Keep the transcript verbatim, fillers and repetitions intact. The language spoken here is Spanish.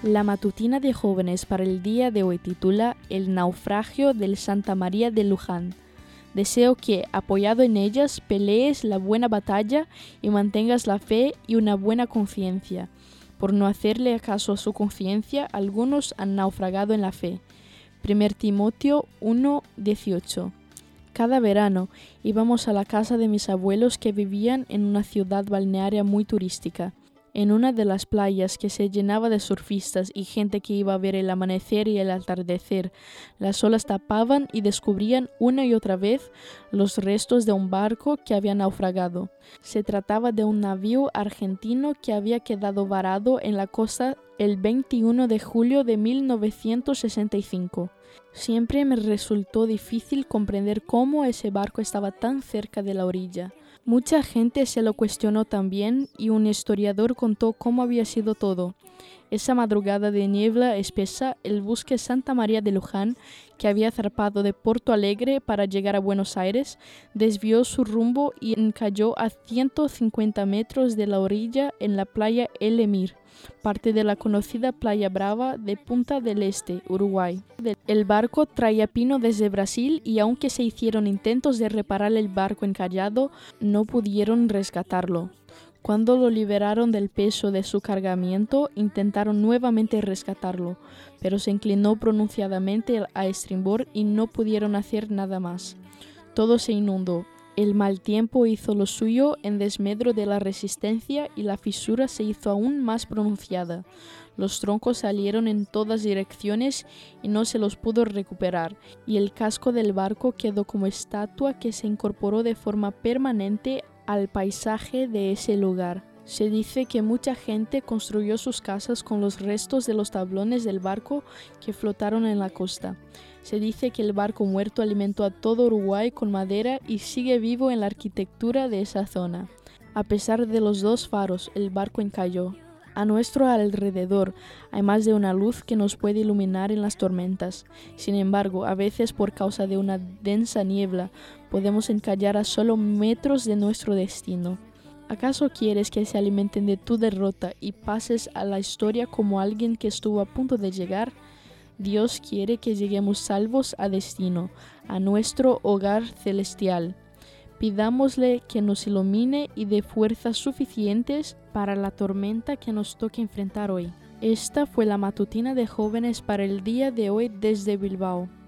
La matutina de jóvenes para el día de hoy titula El naufragio del Santa María de Luján. Deseo que, apoyado en ellas, pelees la buena batalla y mantengas la fe y una buena conciencia. Por no hacerle caso a su conciencia, algunos han naufragado en la fe. Primer Timoteo uno dieciocho. Cada verano íbamos a la casa de mis abuelos que vivían en una ciudad balnearia muy turística. En una de las playas que se llenaba de surfistas y gente que iba a ver el amanecer y el atardecer, las olas tapaban y descubrían una y otra vez los restos de un barco que había naufragado. Se trataba de un navío argentino que había quedado varado en la costa el veintiuno de julio de mil novecientos sesenta y cinco. Siempre me resultó difícil comprender cómo ese barco estaba tan cerca de la orilla. Mucha gente se lo cuestionó también y un historiador contó cómo había sido todo. Esa madrugada de niebla espesa, el buque Santa María de Luján, que había zarpado de Porto Alegre para llegar a Buenos Aires, desvió su rumbo y encalló a ciento cincuenta metros de la orilla en la playa El Emir, parte de la conocida Playa Brava de Punta del Este, Uruguay. El barco traía pino desde Brasil y aunque se hicieron intentos de reparar el barco encallado, no pudieron rescatarlo. Cuando lo liberaron del peso de su cargamento, intentaron nuevamente rescatarlo, pero se inclinó pronunciadamente a estribor y no pudieron hacer nada más. Todo se inundó. El mal tiempo hizo lo suyo en desmedro de la resistencia y la fisura se hizo aún más pronunciada. Los troncos salieron en todas direcciones y no se los pudo recuperar, y el casco del barco quedó como estatua que se incorporó de forma permanente al paisaje de ese lugar. Se dice que mucha gente construyó sus casas con los restos de los tablones del barco que flotaron en la costa. Se dice que el barco muerto alimentó a todo Uruguay con madera y sigue vivo en la arquitectura de esa zona. A pesar de los dos faros, el barco encalló. A nuestro alrededor hay más de una luz que nos puede iluminar en las tormentas. Sin embargo, a veces por causa de una densa niebla, podemos encallar a solo metros de nuestro destino. ¿Acaso quieres que se alimenten de tu derrota y pases a la historia como alguien que estuvo a punto de llegar? Dios quiere que lleguemos salvos a destino, a nuestro hogar celestial. Pidámosle que nos ilumine y dé fuerzas suficientes para la tormenta que nos toque enfrentar hoy. Esta fue la matutina de jóvenes para el día de hoy desde Bilbao.